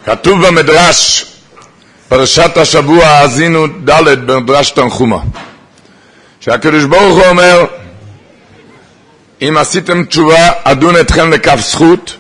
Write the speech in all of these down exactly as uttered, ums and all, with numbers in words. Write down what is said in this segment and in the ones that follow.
כתוב במדרש, פרשת השבוע האזינו ד' במדרש תנחומה, שהקדוש ברוך הוא אומר, אם עשיתם תשובה אדון אתכם לכף זכות,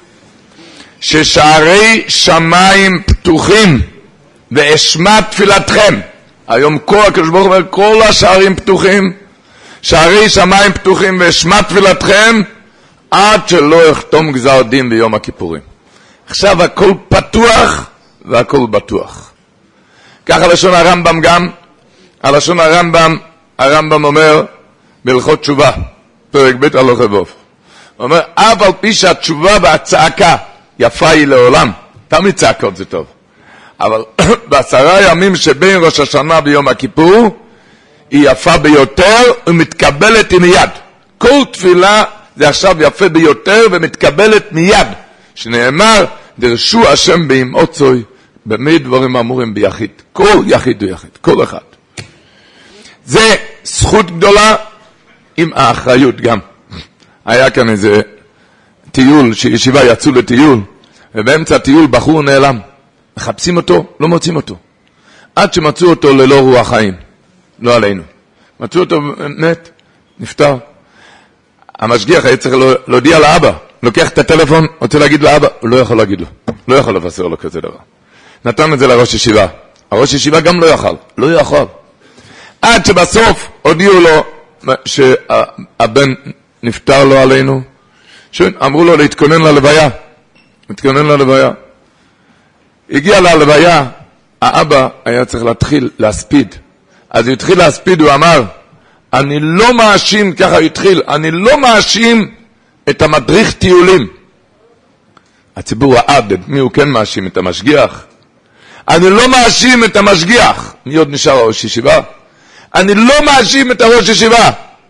ששערי שמיים פתוחים ואשמע תפילתכם. היום כל הקדוש ברוך הוא אומר, כל השערים פתוחים, שערי שמיים פתוחים ואשמע תפילתכם, עד שלא יחתום גזר דין ביום הכיפורים. עכשיו הכל פתוח והכל בטוח. ככה לשון הרמב"ם גם, הלשון הרמב"ם, הרמב"ם אומר בהלכות תשובה, פרק ב' הלכה ו', הוא אומר, אף על פי שהתשובה והצעקה יפה היא לעולם, תמיד צעקות זה טוב, אבל בעשרה ימים שבין ראש השנה ביום הכיפור, היא יפה ביותר ומתקבלת מיד. כל תפילה זה עכשיו יפה ביותר ומתקבלת מיד, שנאמר, דרשו השם באמוצוי, במי דברים אמורים ביחיד, כל יחיד הוא יחיד, כל אחד. זה זכות גדולה עם האחריות גם. היה כאן איזה טיול, שישיבה יצאו לטיול, ובאמצע הטיול בחור נעלם. מחפשים אותו, לא מוצאים אותו. עד שמצאו אותו ללא רוח חיים, לא עלינו. מצאו אותו מת, נפטר. המשגיח היה צריך להודיע לאבא, לוקח את הטלפון, רוצה להגיד לאבא, הוא לא יכול להגיד לו, לא יכול לבשר לו כזה דבר. נתן את זה לראש ישיבה. הראש ישיבה גם לא יכול, לא יכול. עד שבסוף הודיעו לו שהבן נפטר לו עלינו, שאמרו לו להתכונן ללוויה, להתכונן ללוויה. הגיע ללוויה, האבא היה צריך להתחיל להספיד. אז הוא התחיל להספיד, הוא אמר, אני לא מאשים, ככה הוא התחיל, אני לא מאשים את המדריך טיולים. הציבור העד, מי הוא כן מאשים? את המשגיח. אני לא מאשים את המשגיח. מי עוד נשאר ראש ישיבה? אני לא מאשים את הראש ישיבה.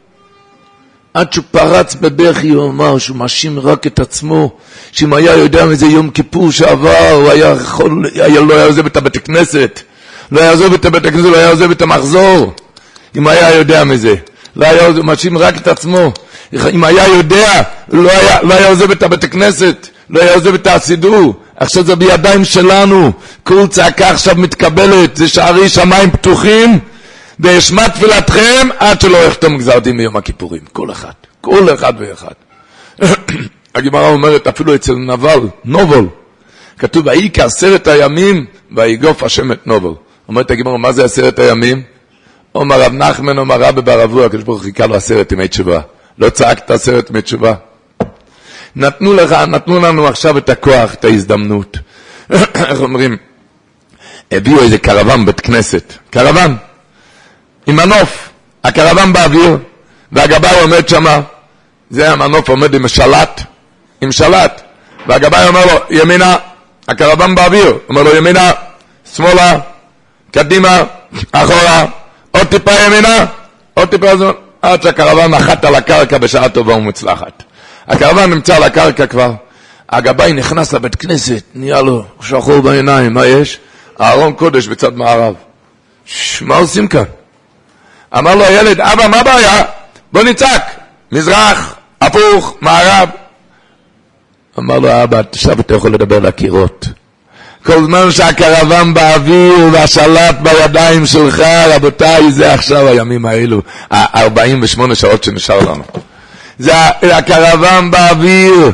עד שהוא פרץ בבכי, הוא אמר שהוא מאשים רק את עצמו, שאם היה יודע מזה יום כיפור שעבר, הוא היה יכול, היה, לא היה עוזב את הבית הכנסת, לא היה עוזב את הבית הכנסת, לא היה עוזב את המחזור, אם היה יודע מזה. לא היה עוזב, מאשים רק את עצמו. אם היה יודע, לא היה, לא היה עוזב את הבית הכנסת, לא היה עוזב את הסידור. עכשיו זה בידיים שלנו, כל צעקה עכשיו מתקבלת, זה שערי שמיים פתוחים, ואשמע תפילתכם עד שלא יחתום גזר דין ביום הכיפורים. כל אחד, כל אחד ואחד. הגמרא אומרת אפילו אצל נבל, נובל, כתוב, ויהי כעשרת הימים ויגוף השם את נובל. אומרת הגמרא, מה זה עשרת הימים? אומר רב נחמן, אומר רבי בר אבוה, הקדוש ברוך הוא חיכה לו עשרת ימי תשובה. לא צעקת עשרת ימי תשובה. נתנו לך, נתנו לנו עכשיו את הכוח, את ההזדמנות. איך אומרים? הביאו איזה קרוון בית כנסת. קרוון. עם מנוף. הקרוון באוויר. והגבאי עומד שמה. זה המנוף עומד עם שלט. עם שלט. והגבאי אומר לו, ימינה. הקרוון באוויר. אומר לו, ימינה. שמאלה. קדימה. אחורה. עוד טיפה ימינה. עוד טיפה זמן. עד שהקרוון נחת על הקרקע בשעה טובה ומצלחת. הקרוון נמצא על הקרקע כבר. הגבאי נכנס לבית כנסת, נהיה לו שחור בעיניים, מה יש? הארון קודש בצד מערב. ש, מה עושים כאן? אמר לו הילד, אבא, מה בעיה? בוא נצעק. מזרח, הפוך, מערב. אמר לו, אבא, עכשיו אתה יכול לדבר לקירות. כל זמן שהקרוון באוויר והשלט בידיים שלך, רבותיי, זה עכשיו הימים האלו, ה-ארבעים ושמונה שעות שנשאר לנו. זה הקרוון באוויר,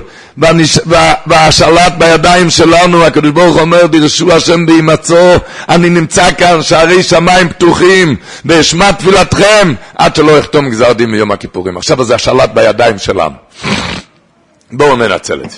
והשלט בידיים שלנו, הקדוש ברוך אומר, דרשו השם בהימצאו, אני נמצא כאן, שערי שמיים פתוחים, ואשמע תפילתכם, עד שלא יחתום גזר דין מיום הכיפורים. עכשיו זה השלט בידיים שלנו. בואו ננצל את זה.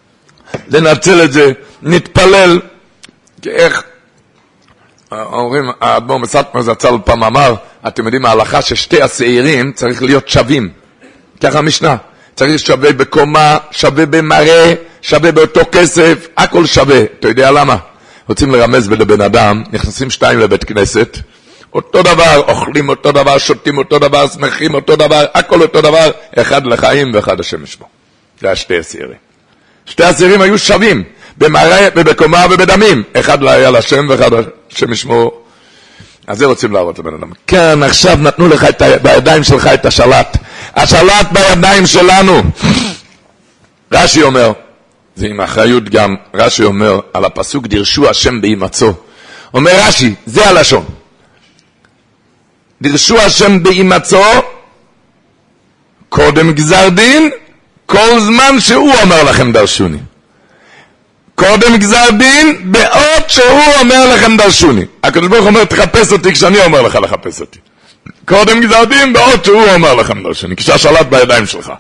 לנצל את זה, נתפלל, איך, אומרים, האדמו"ר מסאטמר זצ"ל פעם אמר, אתם יודעים, ההלכה ששתי השעירים צריך להיות שווים. ככה המשנה, צריך שווה בקומה, שווה במראה, שווה באותו כסף, הכל שווה. אתה יודע למה? רוצים לרמז לבן אדם, נכנסים שתיים לבית כנסת, אותו דבר, אוכלים אותו דבר, שותים אותו דבר, שמחים אותו דבר, הכל אותו דבר, אחד לחיים ואחד השם ישמו. זה השתי השעירים. שתי השעירים היו שווים, במראה ובקומה ובדמים. אחד לא היה לשם ואחד השם ישמו. אז זה רוצים להראות לבן אדם. כן, עכשיו נתנו לך את ה... בידיים שלך את השלט. השלט בידיים שלנו. רש"י אומר, זה עם אחריות גם, רש"י אומר, על הפסוק דרשו השם בהימצאו. אומר רש"י, זה הלשון. דרשו השם בהימצאו, קודם גזר דין, כל זמן שהוא אומר לכם דרשוני. קודם גזר דין, בעוד שהוא אומר לכם דרשוני. הקדוש ברוך הוא אומר, תחפש אותי כשאני אומר לך לחפש אותי. קודם גזר דין, בעוד שהוא אומר לכם דרשוני, כשהשלט בידיים שלך.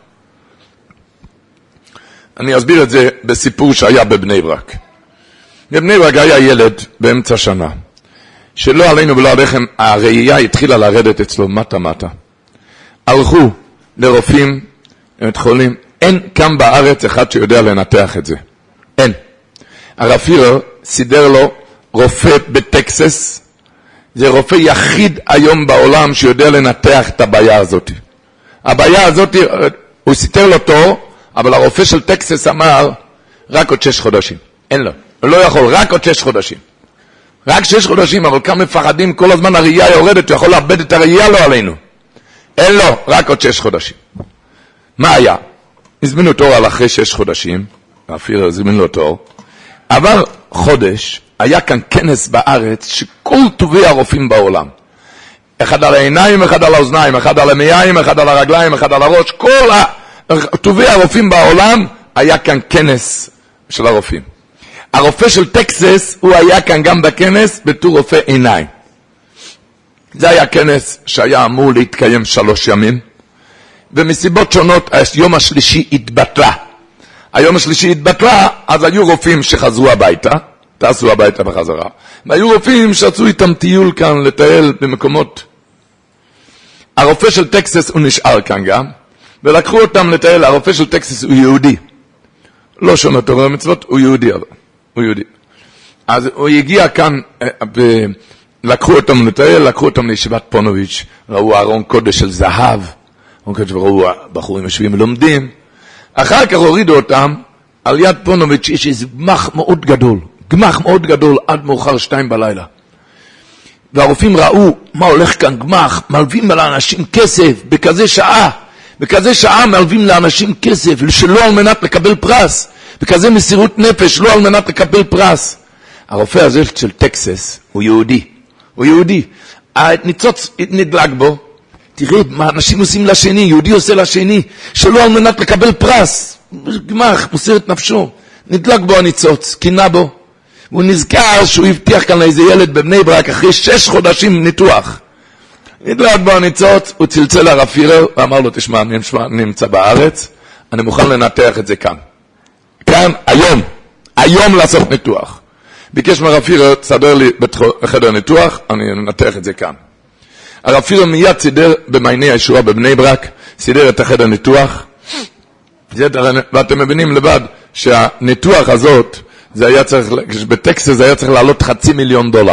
אני אסביר את זה בסיפור שהיה בבני ברק. בבני ברק היה ילד באמצע שנה, שלא עלינו ולא עליכם, הראייה התחילה לרדת אצלו מטה מטה. הלכו לרופאים, לבית חולים, אין כאן בארץ אחד שיודע לנתח את זה. אין. הרב פירר סידר לו רופא בטקסס, זה רופא יחיד היום בעולם שיודע לנתח את הבעיה הזאת. הבעיה הזאת, הוא סידר לו תור, אבל הרופא של טקסס אמר, רק עוד שש חודשים. אין לו. הוא לא יכול, רק עוד שש חודשים. רק שש חודשים, אבל כמה מפחדים, כל הזמן הראייה יורדת, הוא יכול לאבד את הראייה לא עלינו. אין לו, רק עוד שש חודשים. מה היה? הזמינו תור על אחרי שש חודשים, אפילו הזמינו לו תור, עבר חודש, היה כאן כנס בארץ, שכל טובי הרופאים בעולם, אחד על העיניים, אחד על האוזניים, אחד על המעיים, אחד על הרגליים, אחד על הראש, כל טובי הרופאים בעולם, היה כאן כנס של הרופאים. הרופא של טקסס, הוא היה כאן גם בכנס, בתור רופא עיניים. זה היה כנס שהיה אמור להתקיים שלוש ימים, ומסיבות שונות, היום השלישי התבטלה. היום השלישי התבטלה, אז היו רופאים שחזרו הביתה, תעשו הביתה בחזרה, והיו רופאים שעשו איתם טיול כאן, לטייל במקומות. הרופא של טקסס הוא נשאר כאן גם, ולקחו אותם לטייל, הרופא של טקסס הוא יהודי. לא שומע תורה ומצוות, הוא יהודי, אבל הוא יהודי. אז הוא הגיע כאן, לקחו אותם לטייל, לקחו אותם לישיבת פונוביץ', ראו ארון קודש של זהב, וראו בחורים יושבים ולומדים. אחר כך הורידו אותם, על יד פונוביץ' יש איזה גמח מאוד גדול, גמח מאוד גדול עד מאוחר שתיים בלילה. והרופאים ראו מה הולך כאן גמח, מלווים לאנשים כסף, בכזה שעה, בכזה שעה מלווים לאנשים כסף, שלא על מנת לקבל פרס, בכזה מסירות נפש, לא על מנת לקבל פרס. הרופא הזה של טקסס הוא יהודי, הוא יהודי. הניצוץ נדלק בו, תראה מה אנשים עושים לשני, יהודי עושה לשני, שלא על מנת לקבל פרס, גמח, מוסר את נפשו, נדלק בו הניצוץ, קינה בו, והוא נזכר שהוא הבטיח כאן לאיזה ילד בבני ברק, אחרי שש חודשים ניתוח, נדלק בו הניצוץ, הוא צלצל לרב פירר, ואמר לו, תשמע, אני נמצא בארץ, אני מוכן לנתח את זה כאן, כאן, היום, היום לעשות ניתוח, ביקש מהרב פירר, תסדר לי בחדר ניתוח, אני נתח את זה כאן. הרב פירר מיד סידר במעייני הישועה בבני ברק, סידר את החדר ניתוח, ואתם מבינים לבד שהניתוח הזאת, זה היה צריך, בטקסס זה היה צריך לעלות חצי מיליון דולר.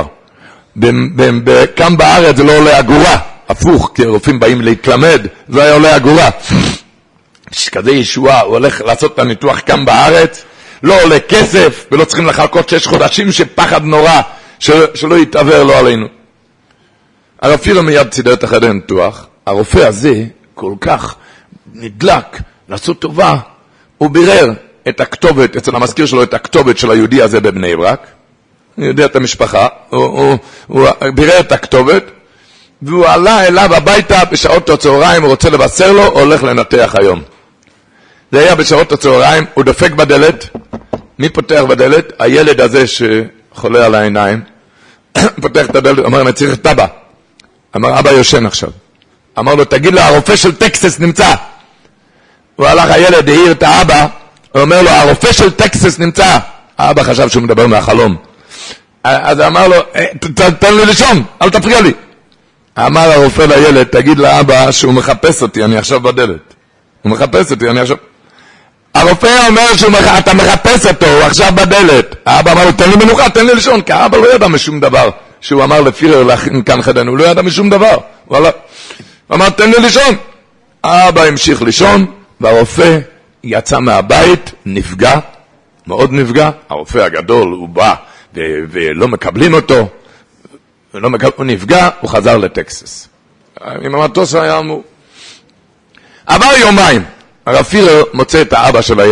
כאן בארץ זה לא עולה אגורה, הפוך, כי הרופאים באים להתלמד, זה היה עולה אגורה. כשכזה ישועה, הוא הולך לעשות את הניתוח כאן בארץ, לא עולה כסף, ולא צריכים לחכות שש חודשים שפחד נורא, שלא יתעבר לו עלינו. הרב פירר מיד סידר את החדר ניתוח, הרופא הזה כל כך נדלק לעשות טובה, הוא בירר את הכתובת, אצל המזכיר שלו את הכתובת של היהודי הזה בבני ברק, הוא יודע את המשפחה, הוא, הוא, הוא בירר את הכתובת, והוא עלה אליו הביתה בשעות הצהריים, הוא רוצה לבשר לו, הוא הולך לנתח היום. זה היה בשעות הצהריים, הוא דופק בדלת, מי פותח בדלת? הילד הזה שחולה על העיניים, פותח את הדלת, אומר, אני צריך את אבא. אמר, אבא יושן עכשיו. אמר לו, תגיד לו, הרופא של טקסס נמצא. הוא הלך, הילד העיר את האבא, הוא אומר לו, הרופא של טקסס נמצא. האבא חשב שהוא מדבר מהחלום. אז אמר לו, תן לי לישון, אל תפריע לי. אמר הרופא לילד, תגיד לאבא שהוא מחפש אותי, אני עכשיו בדלת. הוא מחפש אותי, אני עכשיו... הרופא אומר שאתה מחפש אותו, הוא עכשיו בדלת. האבא אמר לו, תן לי מנוחה, תן לי לישון, כי האבא לא ידע משום דבר. שהוא אמר לפירר להכין כאן חדנו, הוא לא ידע משום דבר. הוא אמר, תן לי לישון. האבא המשיך לישון, והרופא יצא מהבית, נפגע, מאוד נפגע. הרופא הגדול, הוא בא, ו- ולא מקבלים אותו. ולא מקבל, הוא נפגע, הוא חזר לטקסס. עם המטוס היה אמור. עבר יומיים, הרב פירר מוצא את האבא של הילד.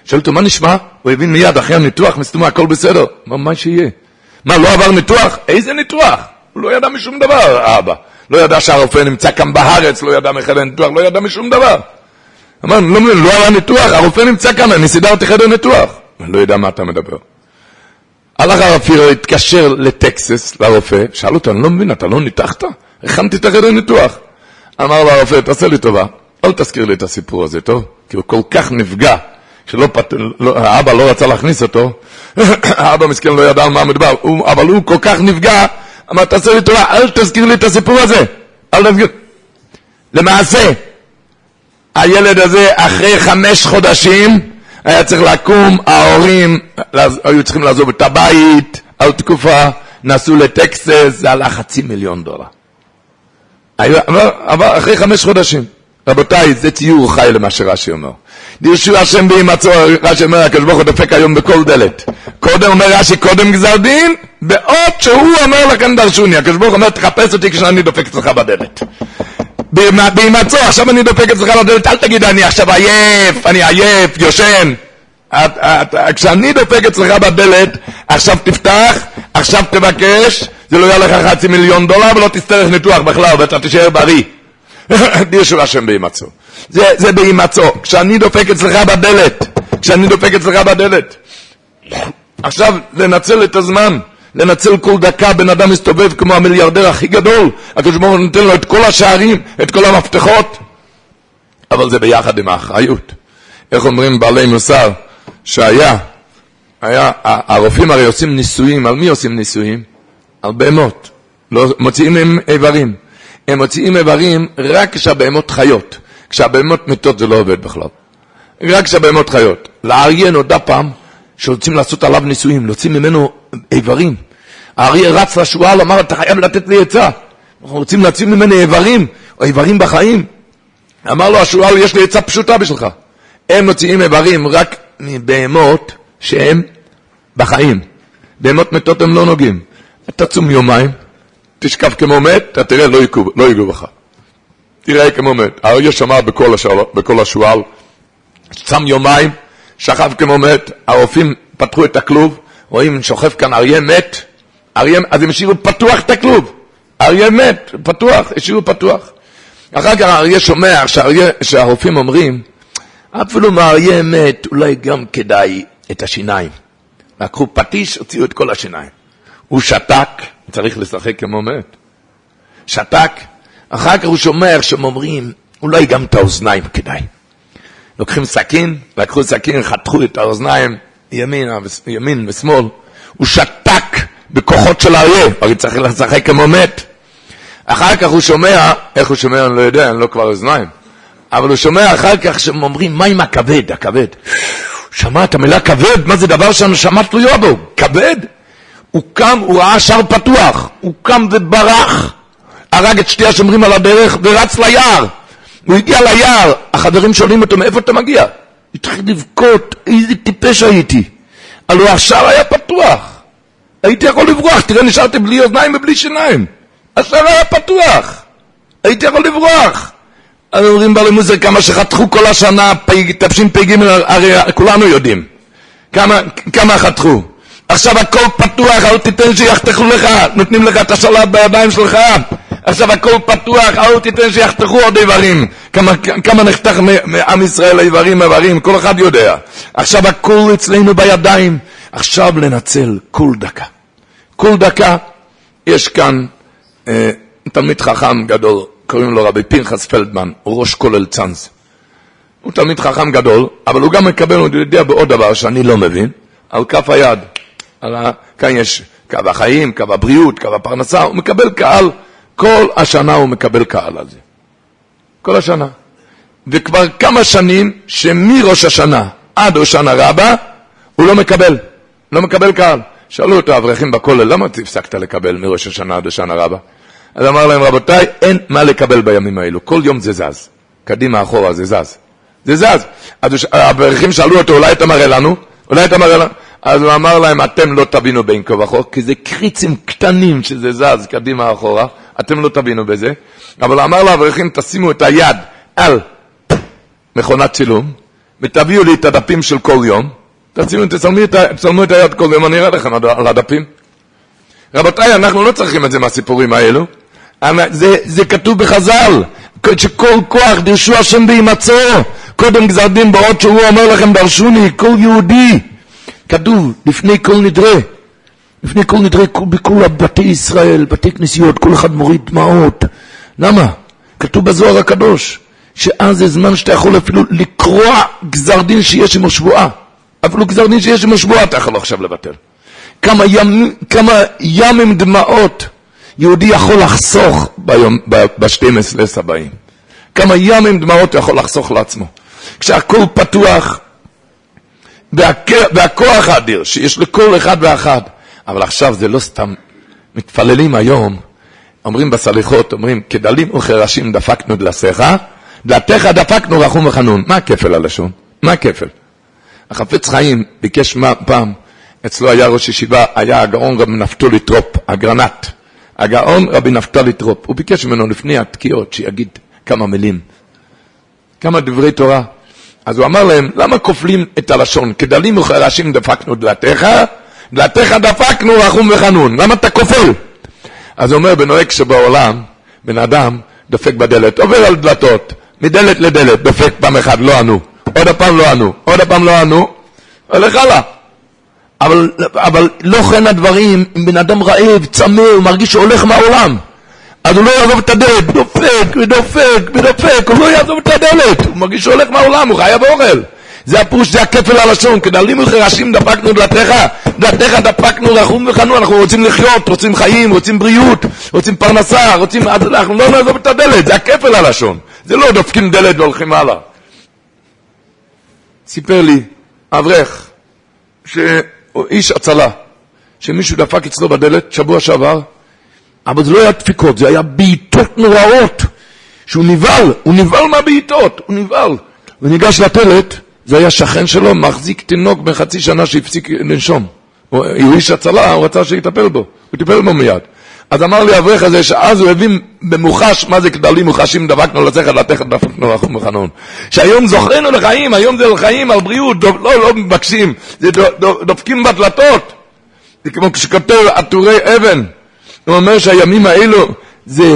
שואל אותו, מה נשמע? הוא הבין מיד, אחרי הניתוח, מסתומה, הכל בסדר. מה, מה שיהיה? מה, לא עבר ניתוח? איזה ניתוח? הוא לא ידע משום דבר, האבא. לא ידע שהרופא נמצא כאן בארץ, לא ידע מחדר ניתוח, לא ידע משום דבר. אמר, לא, לא היה ניתוח, הרופא נמצא כאן, אני סידרתי חדר ניתוח. אני לא יודע מה אתה מדבר. הלך הרופא, התקשר לטקסס, לרופא, שאל אותו, אני לא מבין, אתה לא ניתחת? הכנתי את החדר ניתוח. אמר לו הרופא, תעשה לי טובה, אל תזכיר לי את הסיפור הזה, טוב? כי הוא כל כך נפגע, שלא פת... לא, האבא לא רצה להכניס אותו, האבא מסכן לא ידע על מה מדבר, הוא, אבל הוא כל כך נפגע, אמר, תעשה לי טובה, אל תזכיר לי את הסיפור הזה, אל תזכיר. למעשה, הילד הזה אחרי חמש חודשים, היה צריך לקום, ההורים היו צריכים לעזוב את הבית, על תקופה, נסעו לטקסס, זה עלה חצי מיליון דולר. אבל אחרי חמש חודשים. רבותיי, זה ציור חי למה שרש"י אומר. דרשו השם בהימצאו, רש"י אומר, הקדוש ברוך הוא דופק היום בכל דלת. קודם אומר רש"י, קודם גזר דין, בעוד שהוא אומר לכם דרשוני. הקדוש ברוך הוא אומר, תחפש אותי כשאני דופק אצלך בדלת. בהימצאו, עכשיו אני דופק אצלך בדלת, אל תגיד, אני עכשיו עייף, אני עייף, יושן. את, את, כשאני דופק אצלך בדלת, עכשיו תפתח, עכשיו תבקש, זה לא יהיה לך חצי מיליון דולר, ולא תצטרך ניתוח בכלל, ואתה תשאר בריא. דרשו השם בהימצאו. זה, זה בהימצאו. כשאני דופק אצלך בדלת, כשאני דופק אצלך בדלת. עכשיו, לנצל את הזמן, לנצל כל דקה, בן אדם מסתובב כמו המיליארדר הכי גדול, הקדוש ברוך הוא נותן לו את כל השערים, את כל המפתחות, אבל זה ביחד עם האחריות. איך אומרים בעלי מוסר, שהיה, היה, הרופאים הרי עושים ניסויים, על מי עושים ניסויים? על בהמות. לא, מוציאים הם איברים. הם מוציאים איברים רק כשהבהמות חיות. כשהבהמות מתות זה לא עובד בכלל. רק כשהבהמות חיות. לאריה נודע פעם שרוצים לעשות עליו ניסויים, להוציא ממנו איברים. האריה רץ לשועל, אמר, אתה חייב לתת לי עצה. אנחנו רוצים להוציא ממנו איברים, או איברים בחיים. אמר לו השועל, יש לי עצה פשוטה בשבילך. הם מוציאים איברים רק מבהמות שהם בחיים. בהמות מתות הם לא נוגעים. אתה צום יומיים, תשכב כמו מת, אתה תראה, לא ייגעו, לא ייגעו בך. תראה כמו מת. האריה שמע בכל, השואל, בכל השואל, צם יומיים, שכב כמו מת, הרופאים פתחו את הכלוב, רואים שוכב כאן אריה מת, אריה, אז הם השאירו פתוח את הכלוב. אריה מת, פתוח, השאירו פתוח. אחר כך האריה שומע שהאריה, שהרופאים אומרים, אפילו מהאריה מת, אולי גם כדאי את השיניים. לקחו פטיש, הוציאו את כל השיניים. הוא שתק, צריך לשחק כמו מת. שתק, אחר כך הוא שומע שהם אומרים, אולי גם את האוזניים כדאי. לוקחים סכין, לקחו סכין, חתכו את האוזניים, ימין, ימין ושמאל. הוא שתק בכוחות של האריה, הרי צריך לשחק כמו מת. אחר כך הוא שומע, איך הוא שומע, אני לא יודע, אני לא כבר אוזניים. אבל הוא שומע אחר כך שהם אומרים, מה עם הכבד, הכבד? שמע את המילה כבד, מה זה דבר שאני שמע תלויה בו? כבד? הוא קם, הוא ראה שער פתוח, הוא קם וברח, הרג את שתי השומרים על הדרך ורץ ליער. הוא הגיע ליער, החברים שואלים אותו, מאיפה אתה מגיע? התחיל לבכות, איזה טיפש הייתי. אבל השער היה פתוח. הייתי יכול לברוח, תראה, נשארתי בלי אוזניים ובלי שיניים. השער היה פתוח. הייתי יכול לברוח. אז אומרים בעלי מוזר, כמה שחתכו כל השנה, תפשים פגים, הרי כולנו יודעים. כמה, כמה חתכו. עכשיו הכל פתוח, אל תיתן שיחתכו לך, נותנים לך את השלב בידיים שלך. עכשיו הכל פתוח, אל תיתן שיחתכו עוד איברים. כמה, כמה נחתך מעם ישראל איברים, איברים, כל אחד יודע. עכשיו הכל אצלנו בידיים. עכשיו לנצל כל דקה. כל דקה, יש כאן אה, תלמיד חכם גדול, קוראים לו רבי פנחס פלדמן, הוא ראש כולל צאנז. הוא תלמיד חכם גדול, אבל הוא גם מקבל, הוא יודע בעוד דבר שאני לא מבין, על כף היד. על ה... כאן יש קו החיים, קו הבריאות, קו הפרנסה, הוא מקבל קהל, כל השנה הוא מקבל קהל על זה. כל השנה. וכבר כמה שנים שמראש השנה עד השנה רבה, הוא לא מקבל, לא מקבל קהל. שאלו אותו אברכים בכולל, למה תפסקת לקבל מראש השנה עד השנה רבה? אז אמר להם, רבותיי, אין מה לקבל בימים האלו. כל יום זה זז. קדימה, אחורה, זה זז. זה זז. אז האברכים שאלו אותו, אולי אתה מראה לנו? אולי אתה מראה לנו? אז הוא אמר להם, אתם לא תבינו בין כה וכה, כי זה קריצים קטנים שזה זז, קדימה, אחורה. אתם לא תבינו בזה. אבל אמר לאברכים, תשימו את היד על מכונת צילום, ותביאו לי את הדפים של כל יום, תצלמו, תצלמו, תצלמו את היד כל יום, אני אראה לכם על הדפים. רבותיי, אנחנו לא צריכים את זה מהסיפורים האלו, זה, זה כתוב בחז"ל, שכל כוח דרשו השם בהימצאו, קודם גזר דין בעוד שהוא אומר לכם דרשוני, כל יהודי, כתוב לפני כל נדרה, לפני כל נדרה, בכל בתי ישראל, בתי כנסיות, כל אחד מוריד דמעות. למה? כתוב בזוהר הקדוש, שאז זה זמן שאתה יכול אפילו לקרוע גזר דין שיש עם השבועה. אפילו גזר דין שיש עם השבועה אתה יכול עכשיו לבטל. כמה ים, כמה ים עם דמעות יהודי יכול לחסוך ביום, ב-שתים עשרה הבאים. כמה ים עם דמעות יכול לחסוך לעצמו. כשהכל פתוח, והכוח האדיר שיש לכל אחד ואחד. אבל עכשיו זה לא סתם. מתפללים היום, אומרים בסליחות, אומרים, כדלים וחרשים דפקנו דלסיך, דלתיך דפקנו רחום וחנון. מה הכפל הלשון? מה הכפל? החפץ חיים ביקש פעם, אצלו היה ראש ישיבה, היה הגאון רבי נפתולי טרופ, הגרנט. הגאון רבי נפתולי טרופ. הוא ביקש ממנו לפני התקיעות שיגיד כמה מילים, כמה דברי תורה. אז הוא אמר להם, למה כופלים את הלשון? כדלים וחרשים דפקנו דלתיך, דלתיך דפקנו רחום וחנון. למה אתה כופל? אז הוא אומר, בנוהג שבעולם, בן אדם דופק בדלת, עובר על דלתות, מדלת לדלת, דופק פעם אחד, לא ענו. עוד הפעם לא ענו, עוד הפעם לא ענו, הולך הלאה. אבל, אבל לא כן הדברים, אם בן אדם רעב, צמא, הוא מרגיש שהולך מהעולם. אז הוא לא יעזוב את הדלת, דופק, ודופק, ודופק, הוא לא יעזוב את הדלת. הוא מרגיש שהולך מהעולם, הוא חייב אוכל. זה הפוש, זה הכפל הלשון, כדלים וחרשים דפקנו דלתיך, דלתיך דפקנו רחום וחנון, אנחנו רוצים לחיות, רוצים חיים, רוצים בריאות, רוצים פרנסה, רוצים, אנחנו לא נעזוב את הדלת, זה הכפל הלשון. זה לא דופקים דלת והולכים הלאה. סיפר לי, אברך, שאיש הצלה, שמישהו דפק אצלו בדלת, שבוע שעבר, אבל זה לא היה דפיקות, זה היה בעיטות נוראות, שהוא נבעל, הוא נבעל מהבעיטות, הוא נבעל. הוא ניגש לדלת, זה היה שכן שלו, מחזיק תינוק בחצי שנה שהפסיק לנשום. הוא, הוא איש הצלה, הוא רצה שיטפל בו, הוא טיפל בו מיד. אז אמר לי אברך הזה, שאז הוא הבין במוחש, מה זה כדלים מוחשים, דבקנו לצלך, דלתיך דפקנו רחום וחנון. שהיום זוכרנו לחיים, היום זה לחיים, על בריאות, דו, לא, לא מבקשים, זה דו, דו, דופקים בדלתות. זה כמו כשכותב עטורי אבן. הוא אומר שהימים האלו, זה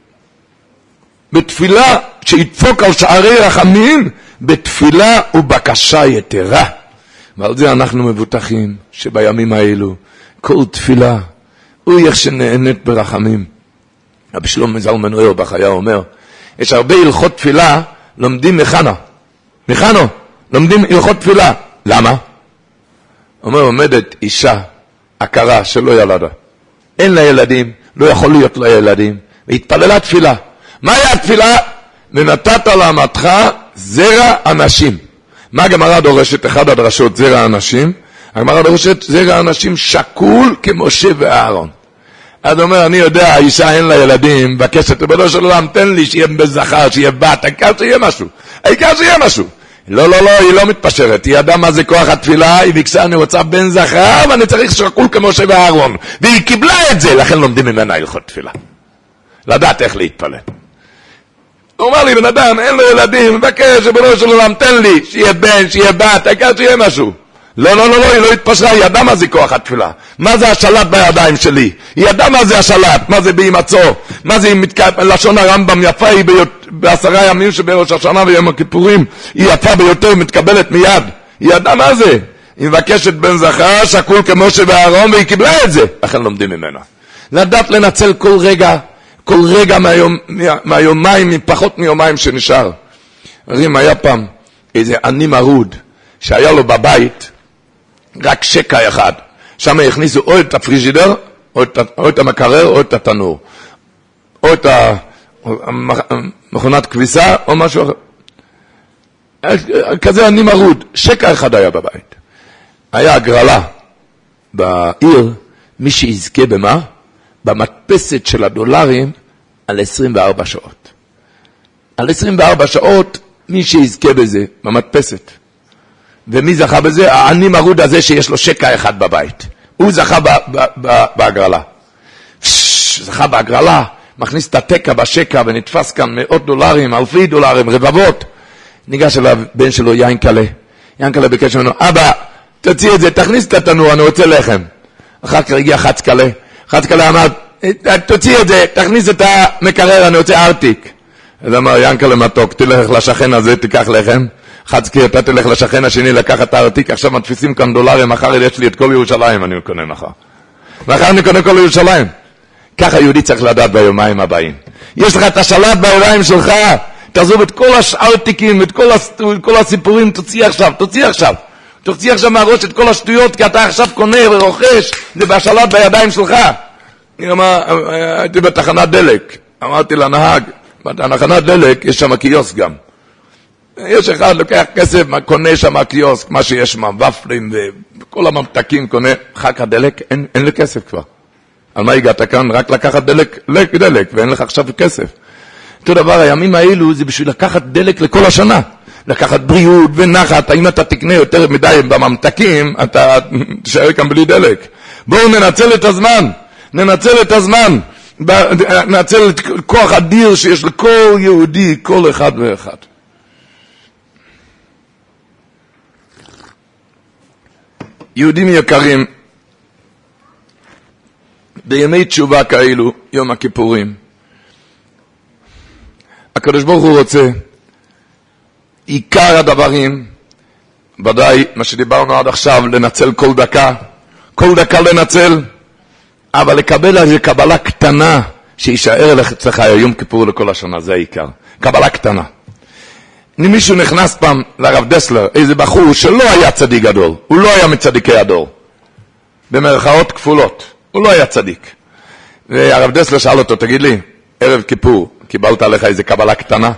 בתפילה, שידפוק על שערי רחמים, בתפילה ובקשה יתרה. ועל זה אנחנו מבוטחים, שבימים האלו, כל תפילה, הוא איך שנהנית ברחמים. רבי שלמה זלמן אוירבך היה אומר, יש הרבה הלכות תפילה, לומדים מחנה. מחנו, לומדים הלכות תפילה. למה? אומר, עומדת אישה, הכרה שלא ילדה. אין לה ילדים, לא יכול להיות לה ילדים, והתפללה תפילה. מה היה התפילה? ונתת לאמתך זרע אנשים. מה הגמרא דורשת? אחד הדרשות זרע אנשים. הגמרא דורשת זרע אנשים שקול כמשה ואהרון. אז אומר, אני יודע, האישה אין לה ילדים, מבקשת, ריבונו של עולם, תן לי שיהיה בזכר, שיהיה בת, העיקר שיהיה משהו. העיקר שיהיה משהו. לא, לא, לא, היא לא מתפשרת. היא ידעה מה זה כוח התפילה, היא ביקשה, אני רוצה בן זכר, ואני צריך שקול כמשה ואהרון. והיא קיבלה את זה, לכן לומדים ממנה הלכות תפילה. לדעת איך להתפלל. הוא אמר לי, בן אדם, אין לו ילדים, מבקש, ריבונו של עולם, תן לי, שיהיה בן, שיהיה בת, העיקר שיהיה משהו. לא, לא, לא, לא, היא לא התפשרה, היא ידעה מה זה כוח התפילה. מה זה השלט בידיים שלי? היא ידעה מה זה השלט, מה זה בהימצאו, מה זה לשון הרמב"ם יפה, היא בעשרה ימים שבראש השנה ויום הכיפורים, היא יפה ביותר, מתקבלת מיד. היא ידעה מה זה. היא מבקשת בן זכר, שקול כמשה ואהרון, והיא קיבלה את זה. לכן לומדים ממנה. לדעת לנצל כל רגע, כל רגע מהיום, מהיומיים, מפחות מיומיים שנשאר. רים היה פעם איזה עני מרוד, שהיה לו בבית, רק שקע אחד. שם הכניסו או את הפריג'ידר, או את, או את המקרר, או את התנור. או את המכונת כביסה, או משהו אחר. כזה אני מרוד. שקע אחד היה בבית. היה הגרלה בעיר, מי שיזכה במה? במדפסת של הדולרים על עשרים וארבע שעות. על עשרים וארבע שעות, מי שיזכה בזה, במדפסת. ומי זכה בזה? העני מרוד הזה שיש לו שקע אחד בבית. הוא זכה בהגרלה. זכה בהגרלה, מכניס את התקע בשקע ונתפס כאן מאות דולרים, אלפי דולרים, רבבות. ניגש אליו בן שלו ינקלה, ינקלה ביקש ממנו, אבא, תוציא את זה, תכניס את התנור, אני רוצה לחם. אחר כך הגיע חצקלה, חצקלה אמר, תוציא את זה, תכניס את המקרר, אני רוצה ארטיק. אז אמר, ינקלה מתוק, תלך לשכן הזה, תיקח לחם. חצקי, אתה תלך לשכן השני, לקח את הארטיק, עכשיו מתפיסים כאן דולרים, מחר יש לי את כל ירושלים, אני קונה מחר. מחר אני קונה כל ירושלים. ככה יהודי צריך לדעת ביומיים הבאים. יש לך את השלט ביומיים שלך, תעזוב את כל הארטיקים, את כל, הס... כל הסיפורים, תוציא עכשיו, תוציא עכשיו. תוציא עכשיו מהראש את כל השטויות, כי אתה עכשיו קונה ורוכש, זה בשלט בידיים שלך. אני אמר, הייתי בתחנת דלק, אמרתי לנהג, בתחנת דלק יש שם קיוסק גם. יש אחד לוקח כסף, קונה שם קיוסק, מה שיש שם, ופלים וכל הממתקים קונה, אחר כך דלק, אין, אין לי כסף כבר. על מה הגעת כאן? רק לקחת דלק, דלק, ואין לך עכשיו כסף. אותו דבר, הימים האלו זה בשביל לקחת דלק לכל השנה. לקחת בריאות ונחת, אם אתה תקנה יותר מדי בממתקים, אתה תשאר כאן בלי דלק. בואו ננצל את הזמן, ננצל את הזמן, ננצל את כוח אדיר שיש לכל יהודי, כל אחד ואחד. יהודים יקרים, בימי תשובה כאלו, יום הכיפורים, הקדוש ברוך הוא רוצה, עיקר הדברים, ודאי מה שדיברנו עד עכשיו, לנצל כל דקה, כל דקה לנצל, אבל לקבל איזו קבלה קטנה, שישאר לך אצלך יום כיפור לכל השנה, זה העיקר, קבלה קטנה. אם מישהו נכנס פעם לרב דסלר, איזה בחור שלא היה צדיק גדול, הוא לא היה מצדיקי הדור, במרכאות כפולות, הוא לא היה צדיק. והרב דסלר שאל אותו, תגיד לי, ערב כיפור, קיבלת עליך איזה קבלה קטנה?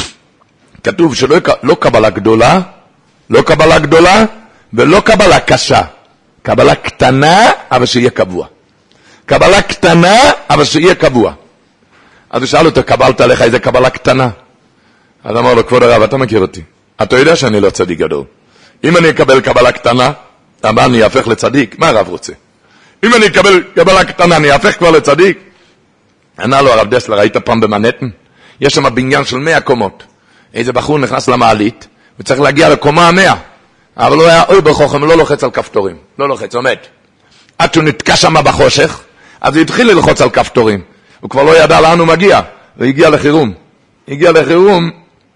כתוב שלא לא קבלה גדולה, לא קבלה גדולה, ולא קבלה קשה. קבלה קטנה, אבל שיהיה קבוע. קבלה קטנה, אבל שיהיה קבוע. אז הוא שאל אותו, קבלת עליך איזה קבלה קטנה? אז אמר לו, כבוד הרב, אתה מכיר אותי. אתה יודע שאני לא צדיק גדול. אם אני אקבל קבלה קטנה, אבל אני אהפך לצדיק. מה הרב רוצה? אם אני אקבל קבלה קטנה, אני אהפך כבר לצדיק. ענה לו הרב דסלר, היית פעם במנהטן? יש שם בניין של מאה קומות. איזה בחור נכנס למעלית, וצריך להגיע לקומה המאה. אבל הוא היה אוי בחוכם, לא לוחץ על כפתורים. לא לוחץ, עומד. עד שהוא נתקע שם בחושך, אז הוא התחיל ללחוץ על כפתורים. הוא כבר לא ידע לאן הוא מגיע. הוא הגיע לחירום. הגיע לחירום,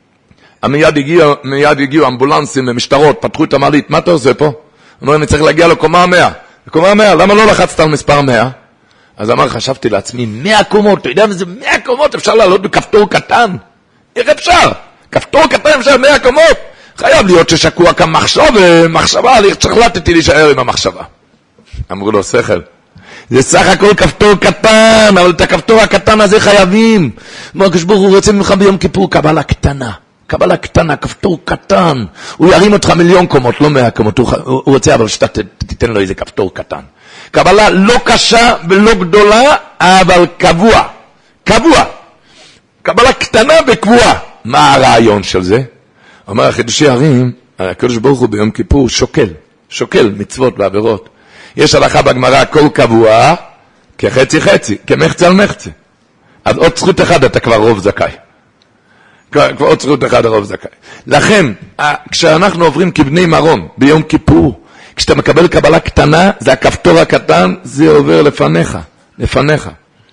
מיד הגיעו, מיד הגיעו אמבולנסים ומשטרות, פתחו את המעלית. מה אתה עושה פה? אמרו, אני צריך להגיע לקומה המאה. לקומה המאה, למה לא לחצת על מספר מאה? אז אמר, חשבתי לעצמי, מאה קומות, אתה יודע מה זה מאה קומות? אפשר לעלות בכפתור קטן? איך אפשר? כפתור קטן אפשר מאה קומות? חייב להיות ששקוע כאן מחשב, מחשבה, אני החלטתי להישאר עם המחשבה. אמרו לו, שכל. זה סך הכל כפתור קטן, אבל את הכפתור הקטן הזה חייבים. הקדוש ברוך הוא רוצה ממך ביום כיפור קבלה קטנה. קבלה קטנה, כפתור קטן. הוא ירים אותך מיליון קומות, לא מאה קומות. הוא, הוא רוצה אבל שאתה תיתן לו איזה כפתור קטן. קבלה לא קשה ולא גדולה, אבל קבוע. קבוע. קבלה קטנה וקבועה. מה הרעיון של זה? אומר החידושי הרים, הקדוש ברוך הוא ביום כיפור שוקל. שוקל מצוות ועבירות. יש הלכה בגמרא, כל קבוע כחצי חצי, כמחצה על מחצה. אז עוד זכות אחד אתה כבר רוב זכאי. כבר עוד זכות אחד הרוב זכאי. לכן, כשאנחנו עוברים כבני מרום ביום כיפור, כשאתה מקבל קבלה קטנה, זה הכפתור הקטן, זה עובר לפניך, לפניך.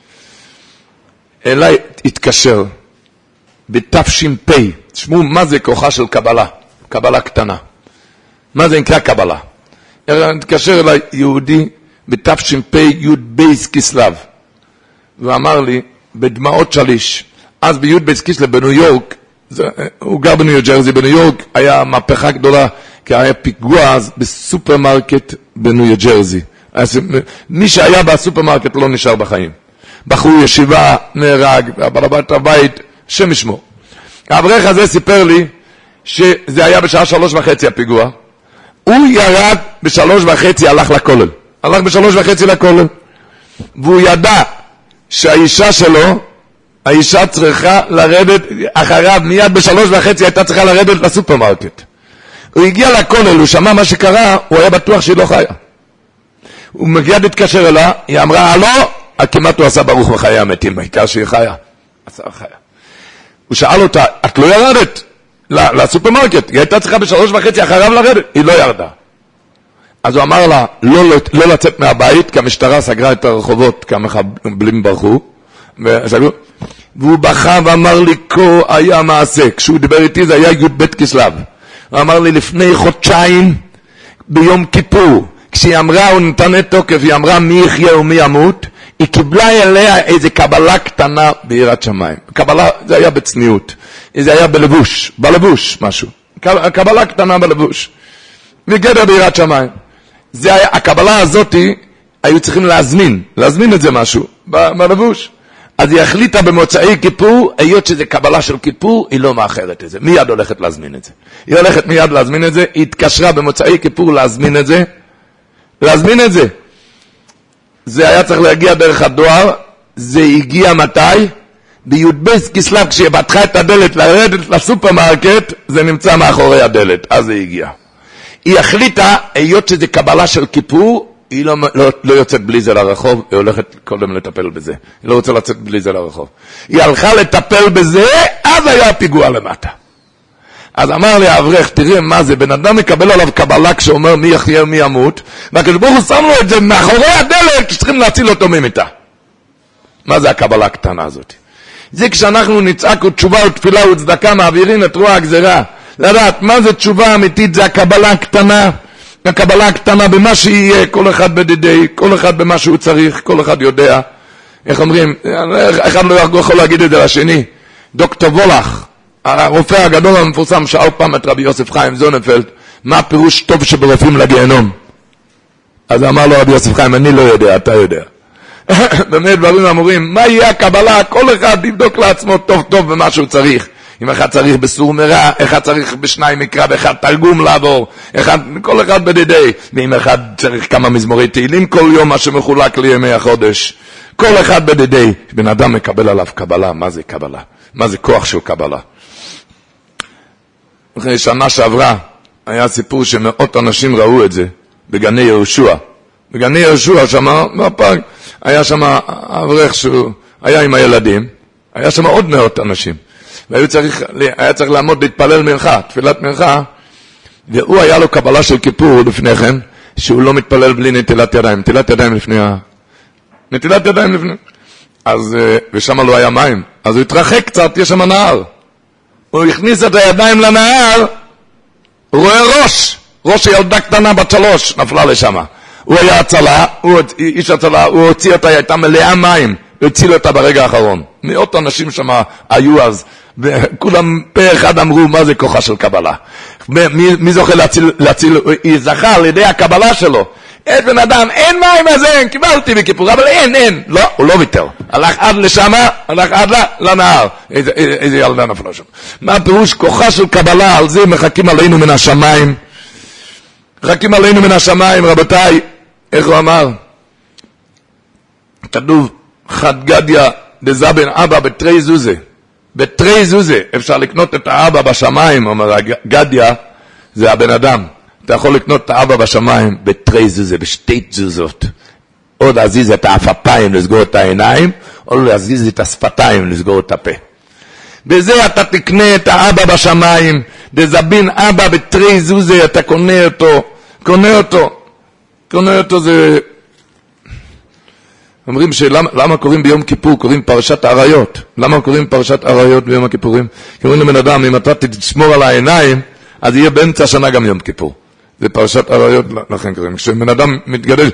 אליי התקשר בתש"פ, תשמעו מה זה כוחה של קבלה, קבלה קטנה. מה זה נקרא קבלה? התקשר אליי יהודי בתש"פ י' בייס כסלו, ואמר לי, בדמעות שליש, אז בי' בייס כסלו בניו יורק, זה, הוא גר בניו ג'רזי, בניו יורק היה מהפכה גדולה, כי היה פיגוע אז בסופרמרקט בניו ג'רזי. אז מי שהיה בסופרמרקט לא נשאר בחיים. בחור ישיבה, נהרג, בעלת הבית, שם ישמור. האברך הזה סיפר לי שזה היה בשעה שלוש וחצי הפיגוע, הוא ירד בשלוש וחצי, הלך לכולל. הלך בשלוש וחצי לכולל. והוא ידע שהאישה שלו, האישה צריכה לרדת אחריו, מיד בשלוש וחצי הייתה צריכה לרדת לסופרמרקט. הוא הגיע לכולל, הוא שמע מה שקרה, הוא היה בטוח שהיא לא חיה. הוא מגיע להתקשר אליה, היא אמרה, הלו, כמעט הוא עשה ברוך בחיי המתים, העיקר שהיא חיה. עשה חיה. הוא שאל אותה, את לא ירדת? לסופרמרקט, היא הייתה צריכה בשלוש וחצי אחריו לרדת, היא לא ירדה. אז הוא אמר לה, לא, לא, לא לצאת מהבית, כי המשטרה סגרה את הרחובות, כי המחבלים ברחו, וסגרו, והוא בכה ואמר לי, כה היה מעשה, כשהוא דיבר איתי זה היה י' ב' כסלו, הוא אמר לי לפני חודשיים, ביום כיפור, כשהיא אמרה, הוא נתן תוקף, היא אמרה מי יחיה ומי ימות, היא קיבלה אליה איזו קבלה קטנה ביראת שמיים. קבלה, זה היה בצניעות. זה היה בלבוש, בלבוש משהו. קבלה קטנה בלבוש. מגדר ביראת שמיים. זה היה, הקבלה הזאת, היו צריכים להזמין, להזמין את זה משהו, בלבוש. אז היא החליטה במוצאי כיפור, היות שזה קבלה של כיפור, היא לא מאחרת את זה. מיד הולכת להזמין את זה. היא הולכת מיד להזמין את זה, היא התקשרה במוצאי כיפור להזמין את זה, להזמין את זה. זה היה צריך להגיע דרך הדואר, זה הגיע מתי? בי"ב כסלו, כשהיא פתחה את הדלת לרדת לסופרמרקט, זה נמצא מאחורי הדלת, אז זה הגיע. היא החליטה, היות שזה קבלה של כיפור, היא לא, לא, לא יוצאת בלי זה לרחוב, היא הולכת קודם לטפל בזה. היא לא רוצה לצאת בלי זה לרחוב. היא הלכה לטפל בזה, אז היה פיגוע למטה. אז אמר לי האברך, תראה מה זה, בן אדם מקבל עליו קבלה כשאומר מי יחיה ומי ימות, והקדוש ברוך הוא שם לו את זה מאחורי הדלת, שצריכים להציל אותו ממיתה. מה זה הקבלה הקטנה הזאת? זה כשאנחנו נצעק תשובה ותפילה וצדקה, מעבירים את רוע הגזרה. לדעת, מה זה תשובה אמיתית? זה הקבלה הקטנה. הקבלה הקטנה במה שיהיה, כל אחד בדידי, כל אחד במה שהוא צריך, כל אחד יודע. איך אומרים? אחד לא יכול להגיד את זה לשני. דוקטור וולך, הרופא הגדול המפורסם, שאל פעם את רבי יוסף חיים זוננפלד, מה פירוש טוב שברופאים לגיהנום? אז אמר לו רבי יוסף חיים, אני לא יודע, אתה יודע. באמת דברים אמורים, מה יהיה הקבלה? כל אחד יבדוק לעצמו טוב טוב במה שהוא צריך. אם אחד צריך בסור מרע, אחד צריך בשניים מקרא, ואחד תרגום לעבור, אחד, כל אחד בדידי. ואם אחד צריך כמה מזמורי תהילים כל יום, מה שמחולק לימי החודש. כל אחד בדידי. בן אדם מקבל עליו קבלה, מה זה קבלה? מה זה כוח של קבלה? אחרי שנה שעברה, היה סיפור שמאות אנשים ראו את זה, בגני יהושע. בגני יהושע שמה, בפארק, היה שם אברך שהוא היה עם הילדים, היה שם עוד מאות אנשים. והיה צריך, היה צריך לעמוד להתפלל מנחה, תפילת מנחה, והוא היה לו קבלה של כיפור לפני כן, שהוא לא מתפלל בלי נטילת ידיים, נטילת ידיים לפני ה... נטילת ידיים לפני... אז, ושם לא היה מים, אז הוא התרחק קצת, יש שם נהר. הוא הכניס את הידיים לנהר, הוא רואה ראש, ראש ילדה קטנה בת שלוש, נפלה לשם. הוא היה הצלה, הוא, איש הצלה, הוא הוציא אותה, הייתה מלאה מים, הוא הציל אותה ברגע האחרון. מאות אנשים שם היו אז, וכולם פה אחד אמרו, מה זה כוחה של קבלה? מי, מי זוכה להציל, להציל, היא זכה על ידי הקבלה שלו. אין בן אדם, אין מים אז אין, קיבלתי בכיפור, אבל אין, אין. לא, הוא לא ויתר. הלך עד לשם, הלך עד לנהר. איזה, איזה ילדה נפלה שם. מה הפירוש? כוחה של קבלה, על זה מחכים עלינו מן השמיים. מחכים עלינו מן השמיים, רבותיי. איך הוא אמר? כתוב, חד גדיה דזבן אבא בתרי זוזה. בתרי זוזה. אפשר לקנות את האבא בשמיים, אומר גדיה, זה הבן אדם. אתה יכול לקנות את האבא בשמיים בתרי זוזה, בשתי זוזות. או להזיז את האפפיים לסגור את העיניים, או להזיז את השפתיים לסגור את הפה. בזה אתה תקנה את האבא בשמיים, דזבין אבא בתרי זוזה, אתה קונה אותו, קונה אותו. קונה אותו זה... אומרים שלמה למה קוראים ביום כיפור, קוראים פרשת העריות. למה קוראים פרשת העריות ביום הכיפורים? כי אומרים לבן אדם, אם אתה תשמור על העיניים, אז יהיה באמצע השנה גם יום כיפור. זה פרשת עריות, לכן קוראים. כשבן אדם מתגדל,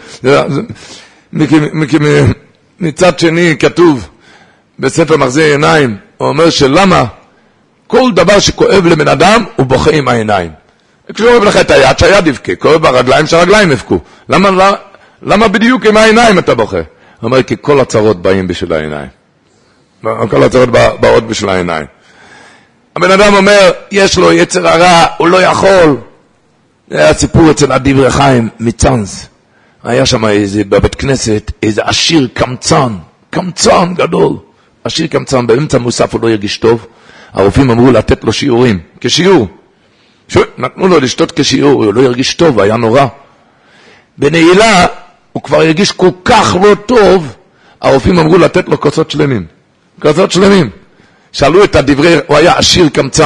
מצד שני כתוב בספר מחזיר עיניים, הוא אומר שלמה כל דבר שכואב לבן אדם, הוא בוכה עם העיניים. כשאוהב לך את היד, שהיד יבכה, כואב ברגליים, שהרגליים יבכו. למה, למה, למה בדיוק עם העיניים אתה בוכה? הוא אומר, כי כל הצרות באים בשביל העיניים. כל הצרות באות בשביל העיניים. הבן אדם אומר, יש לו יצר הרע, הוא לא יכול. זה היה סיפור אצל הדברי חיים מצאנז. היה שם איזה, בבית כנסת, איזה עשיר קמצן, קמצן גדול. עשיר קמצן, באמצע מוסף הוא לא ירגיש טוב. הרופאים אמרו לתת לו שיעורים, כשיעור. נתנו לו לשתות כשיעור, הוא לא ירגיש טוב, היה נורא. בנעילה, הוא כבר ירגיש כל כך לא טוב, הרופאים אמרו לתת לו כוסות שלמים. כוסות שלמים. שאלו את הדברי, הוא היה עשיר קמצן.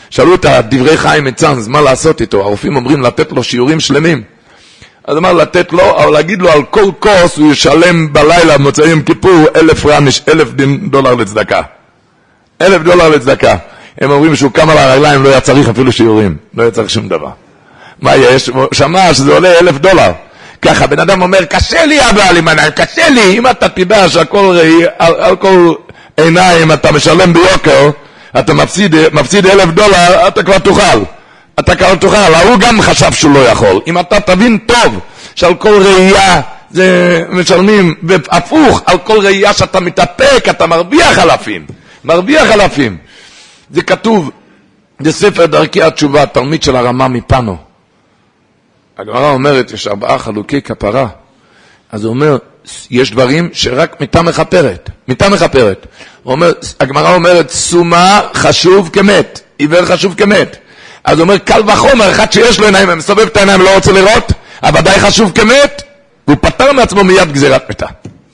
שאלו את דברי חיים מצאנז, מה לעשות איתו? הרופאים אומרים לתת לו שיעורים שלמים. אז אמר לתת לו, אבל להגיד לו על כל כוס הוא ישלם בלילה במוצאי יום כיפור אלף רניש, אלף דולר לצדקה. אלף דולר לצדקה. הם אומרים שהוא קם על הרגליים, לא היה צריך אפילו שיעורים, לא היה צריך שום דבר. מה יש? שמע שזה עולה אלף דולר. ככה, בן אדם אומר, קשה לי אבל עם עיניים, קשה לי, אם אתה תדע שהכל ראי, על, על כל עיניים אתה משלם ביוקר, אתה מפסיד, מפסיד אלף דולר, אתה כבר תוכל. אתה כבר תוכל, הוא גם חשב שהוא לא יכול. אם אתה תבין טוב, שעל כל ראייה זה משלמים, והפוך, על כל ראייה שאתה מתאפק, אתה מרוויח אלפים. מרוויח אלפים. זה כתוב, זה ספר דרכי התשובה, תלמיד של הרמה מפנו. הגמרא אומרת, יש ארבעה חלוקי כפרה. אז הוא אומר, יש דברים שרק מיתה מכפרת. מיתה מכפרת. הוא אומר, הגמרא אומרת, סומה חשוב כמת. עיוור חשוב כמת. אז הוא אומר, קל וחומר, אחד שיש לו עיניים, מסובב את העיניים, לא רוצה לראות, אבל די חשוב כמת, והוא פטר מעצמו מיד גזירת מיתה.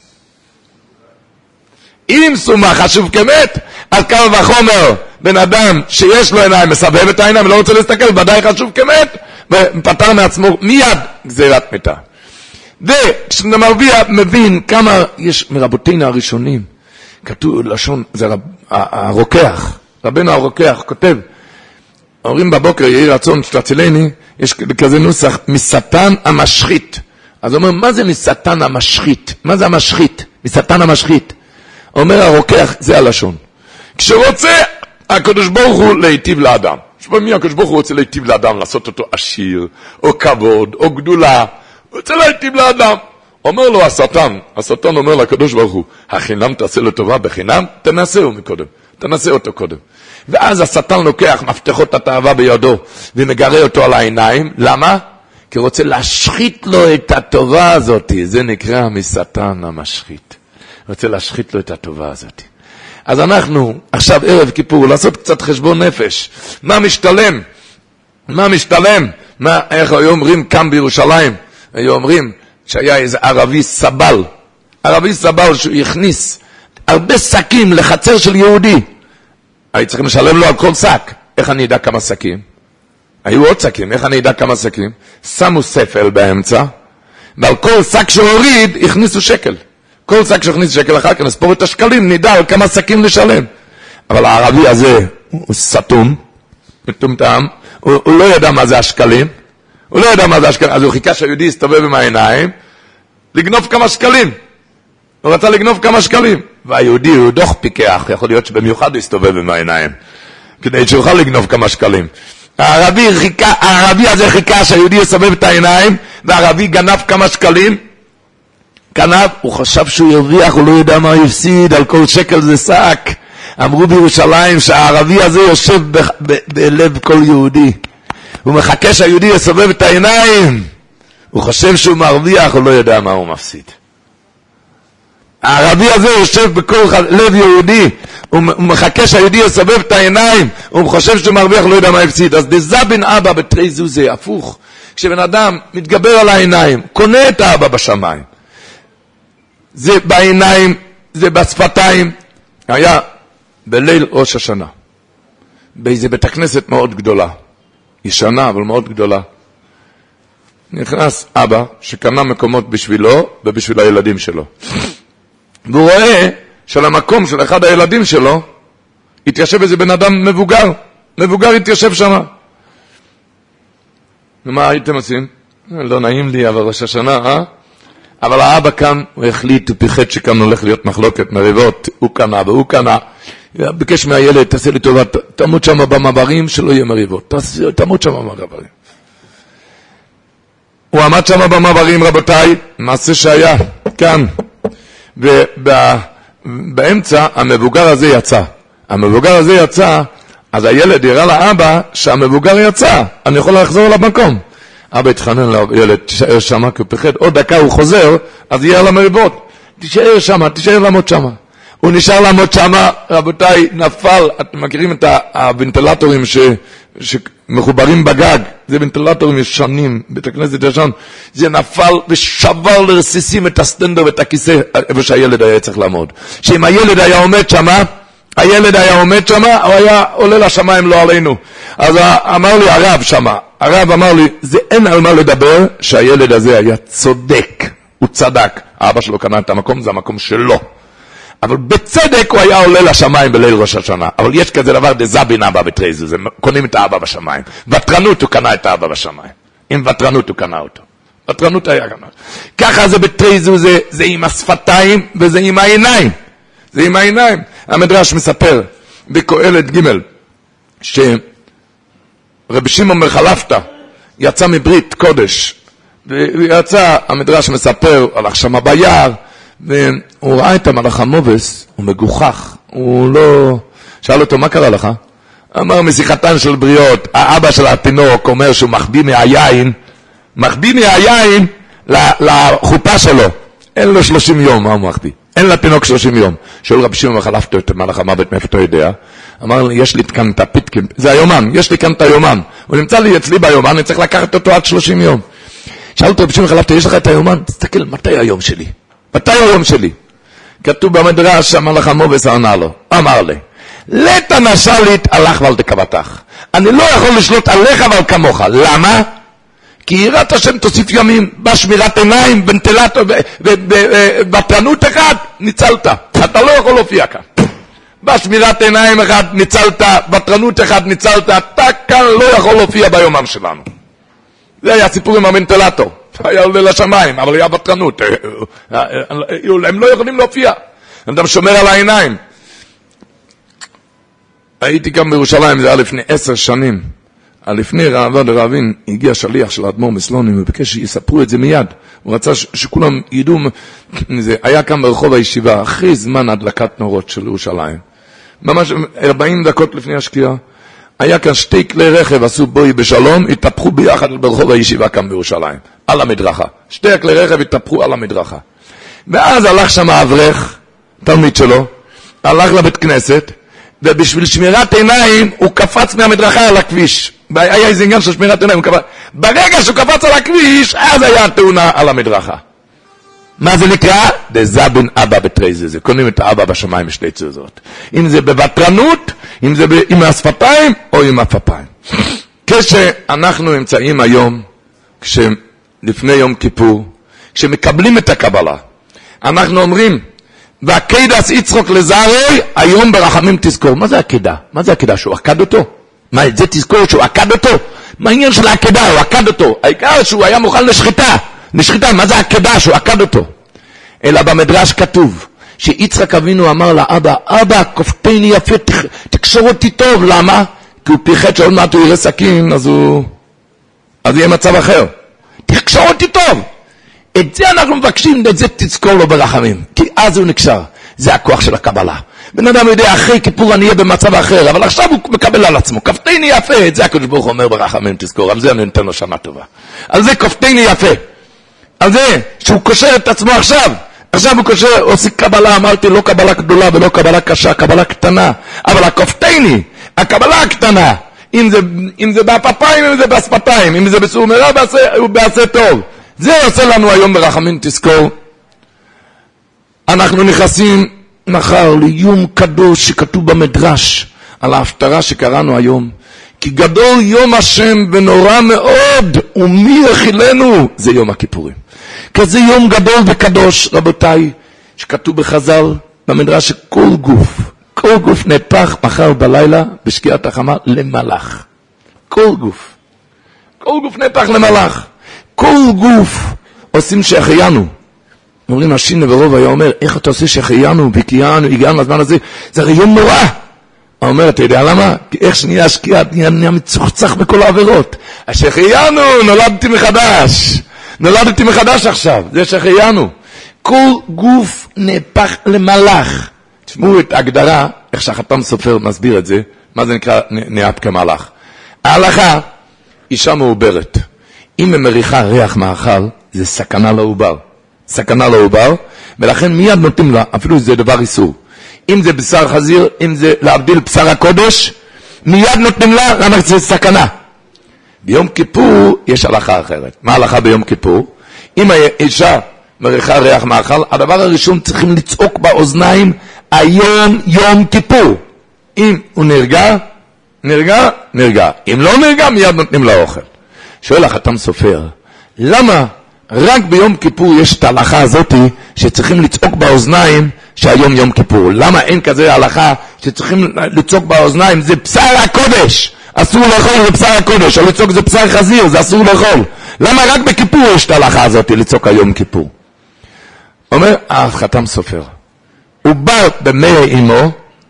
אם סומה חשוב כמת, אז קל וחומר, בן אדם שיש לו עיניים, מסובב את העיניים, לא רוצה להסתכל, ודאי חשוב כמת, ופטר מעצמו מיד גזירת מיתה. וכשנמרביע מבין כמה יש מרבותינו הראשונים, כתוב לשון, זה רב, הרוקח, רבנו הרוקח כותב, אומרים בבוקר, יהי רצון שתצילני, יש כזה נוסח, משטן המשחית. אז הוא אומר, מה זה משטן המשחית? מה זה המשחית? משטן המשחית. אומר הרוקח, זה הלשון. כשרוצה הקדוש ברוך הוא להיטיב לאדם. שבמי הקדוש ברוך הוא רוצה להיטיב לאדם, לעשות אותו עשיר, או כבוד, או גדולה. הוא רוצה להיטיב לאדם. אומר לו השטן, השטן אומר לקדוש ברוך הוא, החינם תעשה לו טובה בחינם, תנסה הוא מקודם. תנסה אותו קודם. ואז השטן לוקח מפתחות התאווה בידו, ומגרה אותו על העיניים. למה? כי הוא רוצה להשחית לו את הטובה הזאת. זה נקרא משטן המשחית. הוא רוצה להשחית לו את הטובה הזאת. אז אנחנו, עכשיו ערב כיפור, לעשות קצת חשבון נפש. מה משתלם? מה משתלם? מה, איך היו אומרים כאן בירושלים? היו אומרים שהיה איזה ערבי סבל. ערבי סבל שהוא הכניס הרבה שקים לחצר של יהודי. היו צריכים לשלם לו על כל שק. איך אני אדע כמה שקים? היו עוד שקים. איך אני אדע כמה שקים? שמו ספל באמצע, ועל כל שק שהוריד, הכניסו שקל. כל שק שהכניסו שקל אחר כך, נספור את השקלים, נדע על כמה שקים לשלם. אבל הערבי הזה, הוא סתום, מטומטם, הוא, הוא לא ידע מה זה השקלים, הוא לא ידע מה זה השקלים, אז הוא חיכה שהיהודי יסתובב עם העיניים, לגנוב כמה שקלים. הוא רצה לגנוב כמה שקלים. והיהודי הוא דוח פיקח, יכול להיות שבמיוחד הוא יסתובב עם העיניים, כדי שיוכל לגנוב כמה שקלים. הערבי, חיכה, הערבי הזה חיכה שהיהודי יסתובב את העיניים, והערבי גנב כמה שקלים, גנב, הוא חשב שהוא ירוויח, הוא לא יודע מה הוא יפסיד, על כל שקל זה שק. אמרו בירושלים שהערבי הזה יושב ב- ב- בלב כל יהודי. הוא מחכה שהיהודי יסתובב את העיניים. הוא חושב שהוא מרוויח, הוא לא יודע מה הוא מפסיד. הערבי הזה יושב בכל לב יהודי, הוא מחכה שהיהודי יסובב את העיניים, הוא חושב שהוא מרוויח, לא יודע מה הפסיד. אז דזה בן אבא בתרי זוזה, הפוך. כשבן אדם מתגבר על העיניים, קונה את האבא בשמיים. זה בעיניים, זה בשפתיים. היה בליל ראש השנה, באיזה בית הכנסת מאוד גדולה, ישנה אבל מאוד גדולה. נכנס אבא שקנה מקומות בשבילו ובשביל הילדים שלו. והוא רואה שלמקום של אחד הילדים שלו התיישב איזה בן אדם מבוגר. מבוגר התיישב שם. ומה הייתם עושים? לא נעים לי, אבל ראש השנה, אה? אבל האבא כאן, הוא החליט, הוא פיחד שכאן הולך להיות מחלוקת, מריבות, הוא קנה והוא קנה. ביקש מהילד, תעשה לי טובה, תעמוד שם במעברים, שלא יהיה מריבות. תעמוד שם במעברים. הוא עמד שם במעברים, רבותיי, מעשה שהיה, כאן. ובאמצע המבוגר הזה יצא. המבוגר הזה יצא, אז הילד יראה לאבא שהמבוגר יצא. אני יכול לחזור למקום. אבא התחנן לילד, תישאר שם, כי הוא פחד. עוד דקה הוא חוזר, אז יהיה על המריבות. תישאר שם, תישאר לעמוד שם. הוא נשאר לעמוד שם, רבותיי, נפל. אתם מכירים את הוונטילטורים ש... שמחוברים בגג, זה ונטילטורים ישנים, בית הכנסת ישן, זה נפל ושבר לרסיסים את הסטנדר ואת הכיסא, איפה שהילד היה צריך לעמוד. שאם הילד היה עומד שם, הילד היה עומד שם, הוא היה עולה לשמיים לא עלינו. אז אמר לי הרב שם, הרב אמר לי, זה אין על מה לדבר, שהילד הזה היה צודק, הוא צדק. האבא שלו קנה את המקום, זה המקום שלו. אבל בצדק הוא היה עולה לשמיים בליל ראש השנה. אבל יש כזה דבר, דזבין אבא בתרייזו, זה קונים את האבא בשמיים. וטרנות הוא קנה את האבא בשמיים. עם וטרנות הוא קנה אותו. וטרנות היה קנה. ככה זה בתרייזו, זה, זה עם השפתיים וזה עם העיניים. זה עם העיניים. המדרש מספר בקהלת ג' שרבי שמעון בר חלפתא יצא מברית קודש, ויצא, המדרש מספר, הלך שמה ביער, והוא ראה את המלאך המובס, הוא מגוחך, הוא לא... שאל אותו, מה קרה לך? אמר, משיחתן של בריאות, האבא של התינוק אומר שהוא מחביא מהיין, מחביא מהיין לחופה שלו. אין לו שלושים יום, מה הוא מחביא? אין לתינוק שלושים יום. שואל רבי שמעון בר חלפתא את מלאך המוות, מאיפה אתה יודע? אמר לי, יש לי כאן את הפיתקים, זה היומן, יש לי כאן את היומן. הוא נמצא לי אצלי ביומן, אני צריך לקחת אותו עד שלושים יום. שאלת רבי שמעון בר חלפתא, יש לך את היומן? תסתכל, מתי היום שלי? מתי היום שלי? כתוב במדרש, המלאך המובס ענה לו, אמר לי, לית נשלית עליך ועל תקוותך. אני לא יכול לשלוט עליך ועל כמוך. למה? כי יראת השם תוסיף ימים, בשמירת עיניים, בנטלת ובפרנות אחד, ניצלת. אתה לא יכול להופיע כאן. בשמירת עיניים אחד ניצלת, בפרנות אחד ניצלת, אתה כאן לא יכול להופיע ביומן שלנו. זה היה סיפור עם המנטלטור. היה עולה לשמיים, אבל היה בטרנות. הם לא יכולים להופיע. אדם שומר על העיניים. הייתי גם בירושלים, זה היה לפני עשר שנים. לפני רעבד רעבין, הגיע שליח של האדמו"ר מסלונים, וביקש שיספרו את זה מיד. הוא רצה שכולם ידעו, זה היה כאן ברחוב הישיבה, אחרי זמן הדלקת נורות של ירושלים. ממש ארבעים דקות לפני השקיעה. היה כאן שתי כלי רכב, עשו בוי בשלום, התהפכו ביחד ברחוב הישיבה כאן בירושלים, על המדרכה. שתי הכלי רכב התהפכו על המדרכה. ואז הלך שם האברך, תלמיד שלו, הלך לבית כנסת, ובשביל שמירת עיניים הוא קפץ מהמדרכה על הכביש. היה איזה עניין של שמירת עיניים, הוא קפץ. ברגע שהוא קפץ על הכביש, אז היה תאונה על המדרכה. מה זה נקרא? דזבין אבא בתרייזו, זה קונים את האבא בשמיים בשתי צורות. אם זה בבטרנות, אם זה עם השפתיים או עם הפפיים. כשאנחנו נמצאים היום, כשלפני יום כיפור, כשמקבלים את הקבלה, אנחנו אומרים, והקדש יצחוק לזרעי, היום ברחמים תזכור. מה זה הקדה? מה זה הקדה? שהוא עקד אותו? מה, זה תזכור שהוא עקד אותו? מה העניין של העקדה? הוא עקד אותו. העיקר שהוא היה מוכן לשחיטה. לשחיטה, מה זה העקדה? שהוא עקד אותו. אלא במדרש כתוב, שיצחק אבינו אמר לאבא, אבא, כופתני יפה, תקשור אותי טוב. למה? כי הוא פיחד שעוד מעט הוא יראה סכין, אז הוא... אז יהיה מצב אחר. תקשור אותי טוב. את זה אנחנו מבקשים, את זה תזכור לו ברחמים. כי אז הוא נקשר. זה הכוח של הקבלה. בן אדם יודע, אחרי כיפור אני אהיה במצב אחר, אבל עכשיו הוא מקבל על עצמו. כפתני יפה, את זה הקדוש ברוך הוא אומר ברחמים, תזכור. על זה אני נותן לו שנה טובה. על זה כפתני יפה. על זה שהוא קושר את עצמו עכשיו. עכשיו הוא קושר, עושה קבלה, אמרתי, לא קבלה גדולה ולא קבלה קשה, קבלה קטנה. אבל הכפתני, הקבלה הקטנה, אם זה, אם זה בפפיים, אם זה בשפתיים, אם זה בסור מרע, הוא בעשה טוב. זה עושה לנו היום ברחמים, תזכור. אנחנו נכנסים מחר ליום קדוש שכתוב במדרש, על ההפטרה שקראנו היום. כי גדול יום השם ונורא מאוד, ומי יחילנו? זה יום הכיפורים. כזה יום גדול וקדוש, רבותיי, שכתוב בחז"ל במדרש שכל גוף, כל גוף נהפך מחר בלילה בשקיעת החמה למלאך. כל גוף. כל גוף נהפך למלאך. כל גוף עושים שהחיינו. אומרים, השינה ורוב היה אומר, איך אתה עושה שהחיינו, בקיענו, הגענו לזמן הזה, זה הרי יום נורא. הוא אומר, אתה יודע למה? כי איך שנהיה השקיעה, נהיה, נהיה מצוחצח בכל העבירות. השחיינו, נולדתי מחדש. נולדתי מחדש עכשיו, זה שחיינו. כל גוף נהפך למלאך. תשמעו את ההגדרה, איך שהחתם סופר מסביר את זה, מה זה נקרא נהפך כמלאך. ההלכה, אישה מעוברת. אם היא מריחה ריח מאכל, זה סכנה לעובר. סכנה לעובר, ולכן מיד נותנים לה, אפילו זה דבר איסור. אם זה בשר חזיר, אם זה להבדיל בשר הקודש, מיד נותנים לה, למה זה סכנה. ביום כיפור יש הלכה אחרת. מה ההלכה ביום כיפור? אם האישה מריחה ריח מאכל, הדבר הראשון צריכים לצעוק באוזניים, היום יום כיפור. אם הוא נרגע, נרגע, נרגע. אם לא נרגע, מיד נותנים לו אוכל. שואל החתם סופר, למה רק ביום כיפור יש את ההלכה הזאת שצריכים לצעוק באוזניים שהיום יום כיפור? למה אין כזה הלכה שצריכים לצעוק באוזניים? זה בשר הקודש, אסור לאכול, זה בשר הקודש, או לצעוק זה בשר חזיר, זה אסור לאכול. למה רק בכיפור יש את ההלכה הזאת לצעוק היום כיפור? אומר החתם סופר, הוא בא במי אמו,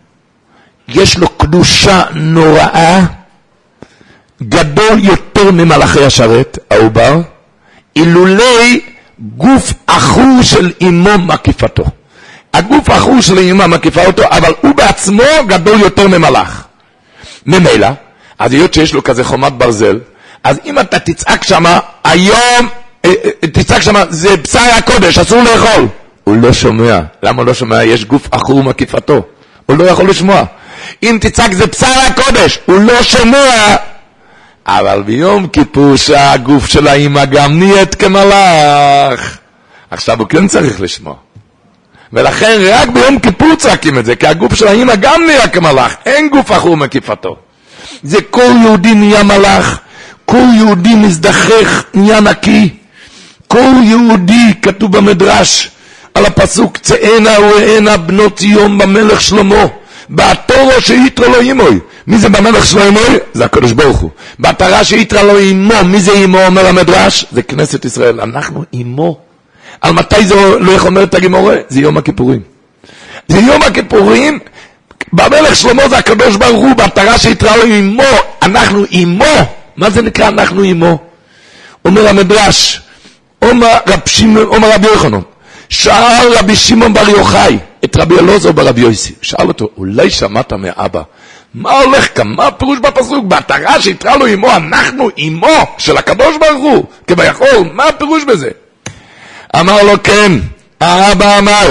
יש לו קדושה נוראה, גדול יותר ממלאכי השרת, העובר, אילולי גוף אחור של אמו מקיפתו. הגוף אחור של אמו מקיפה אותו, אבל הוא בעצמו גדול יותר ממלאך. ממילא, אז היות שיש לו כזה חומת ברזל, אז אם אתה תצעק שמה, היום, תצעק שמה, זה בשר הקודש, אסור לאכול. הוא לא שומע. למה הוא לא שומע? יש גוף אחור מקיפתו. הוא לא יכול לשמוע. אם תצעק זה בשר הקודש, הוא לא שומע. אבל ביום כיפור שהגוף של האמא גם נהיית כמלאך. עכשיו הוא כן צריך לשמוע. ולכן רק ביום כיפור צעקים את זה, כי הגוף של האמא גם נהיה כמלאך. אין גוף אחור מקיפתו. זה כל יהודי נהיה מלאך. כל יהודי מזדחך, נהיה נקי. כל יהודי, כתוב במדרש, על הפסוק, צאנה וראנה בנות ציון במלך שלמה. בתורו שיתרה לו אימוי. מי זה במלך שלו אימוי? זה הקדוש ברוך הוא. בתורה שיתרה לו אימו. מי זה אימו, אומר המדרש? זה כנסת ישראל. אנחנו אימו. על מתי זה לא איך אומר את הגימורה? זה יום הכיפורים. זה יום הכיפורים. במלך שלמה זה הקדוש ברוך הוא. בתורה שיתרה לו אימו. אנחנו אימו. מה זה נקרא אנחנו אימו? אומר המדרש. אומר רב שמעון, אומר רבי יוחנן. שאל רבי שמעון בר יוחאי את רבי אלעזר ברבי יוסי, שאל אותו, אולי שמעת מאבא, מה הולך כאן? מה הפירוש בפסוק? בתורה שיתרה לו אמו, אנחנו אמו של הקדוש ברוך הוא, כביכול, מה הפירוש בזה? אמר לו, כן, האבא אמר,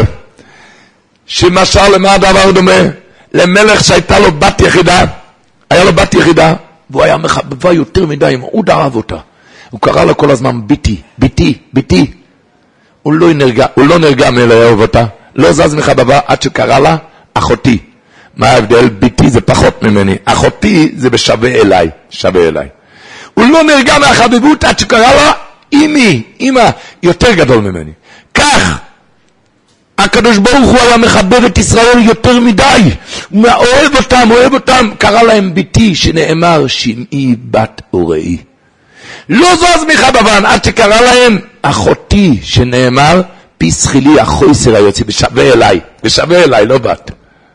שמשל למה הדבר דומה? למלך שהייתה לו בת יחידה, היה לו בת יחידה, והוא היה מחבבה יותר מדי, הוא דאב אותה, הוא קרא לה כל הזמן ביתי, ביתי, ביתי, הוא לא נרגע, הוא לא נרגע מלאהוב אותה, לא זז מחבבה עד שקרא לה אחותי. מה ההבדל? ביתי זה פחות ממני, אחותי זה בשווה אליי, שווה אליי. הוא לא נרגע מהחבבות עד שקרא לה אמי, אמא, יותר גדול ממני. כך, הקדוש ברוך הוא היה מחבר את ישראל יותר מדי, הוא אוהב אותם, אוהב אותם, קרא להם ביתי, שנאמר שמעי בת וראי. לא זז מחבבן עד שקרא להם אחותי, שנאמר פי שחילי החויסר היוצא, בשווה אליי, בשווה אליי, לא בת.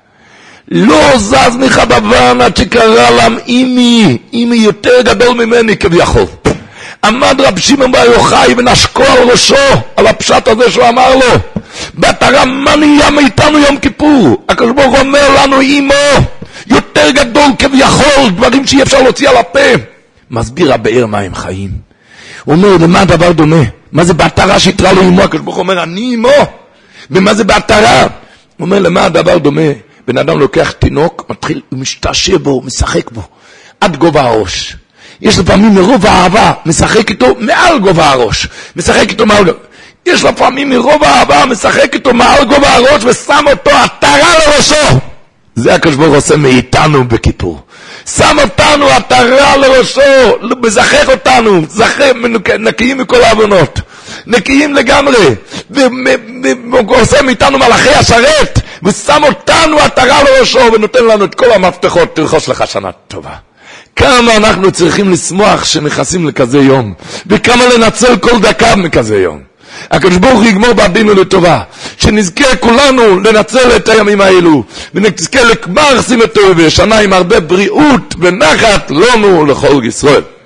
לא זז מחבבן עד שקרא להם אמי, אמי יותר גדול ממני כביכול. עמד רב שמעון בר יוחאי ונשקו על ראשו, על הפשט הזה שהוא אמר לו, בתורה מה נהיה מאיתנו יום כיפור? הקדוש ברוך הוא אומר לנו אמו, יותר גדול כביכול, דברים שאי אפשר להוציא על הפה. מסביר הבאר מים חיים. הוא אומר, למה הדבר דומה? מה זה בתורה שיתרה לו אמו? הקדוש ברוך הוא אומר, אני אמו. ומה זה בתורה? הוא אומר, למה הדבר דומה? בן אדם לוקח תינוק, מתחיל, הוא משתעשע בו, משחק בו, עד גובה הראש. יש לפעמים מרוב האהבה, משחק איתו מעל גובה הראש. משחק איתו מעל גובה. יש לפעמים מרוב האהבה, משחק איתו מעל גובה הראש, ושם אותו עטרה לראשו. זה הקדוש ברוך הוא עושה מאיתנו בכיפור. שם אותנו עטרה לראשו, מזכח אותנו, זכר, נקיים מכל העוונות, נקיים לגמרי, ועושה מאיתנו מלאכי השרת, ושם אותנו עטרה לראשו, ונותן לנו את כל המפתחות, תרכוש לך שנה טובה. כמה אנחנו צריכים לשמוח שנכנסים לכזה יום, וכמה לנצל כל דקה מכזה יום. הקדוש ברוך הוא יגמור בעדינו לטובה, שנזכה כולנו לנצל את הימים האלו, ונזכה לגמר שימת טוב ושנה עם הרבה בריאות ונחת לנו לכל ישראל.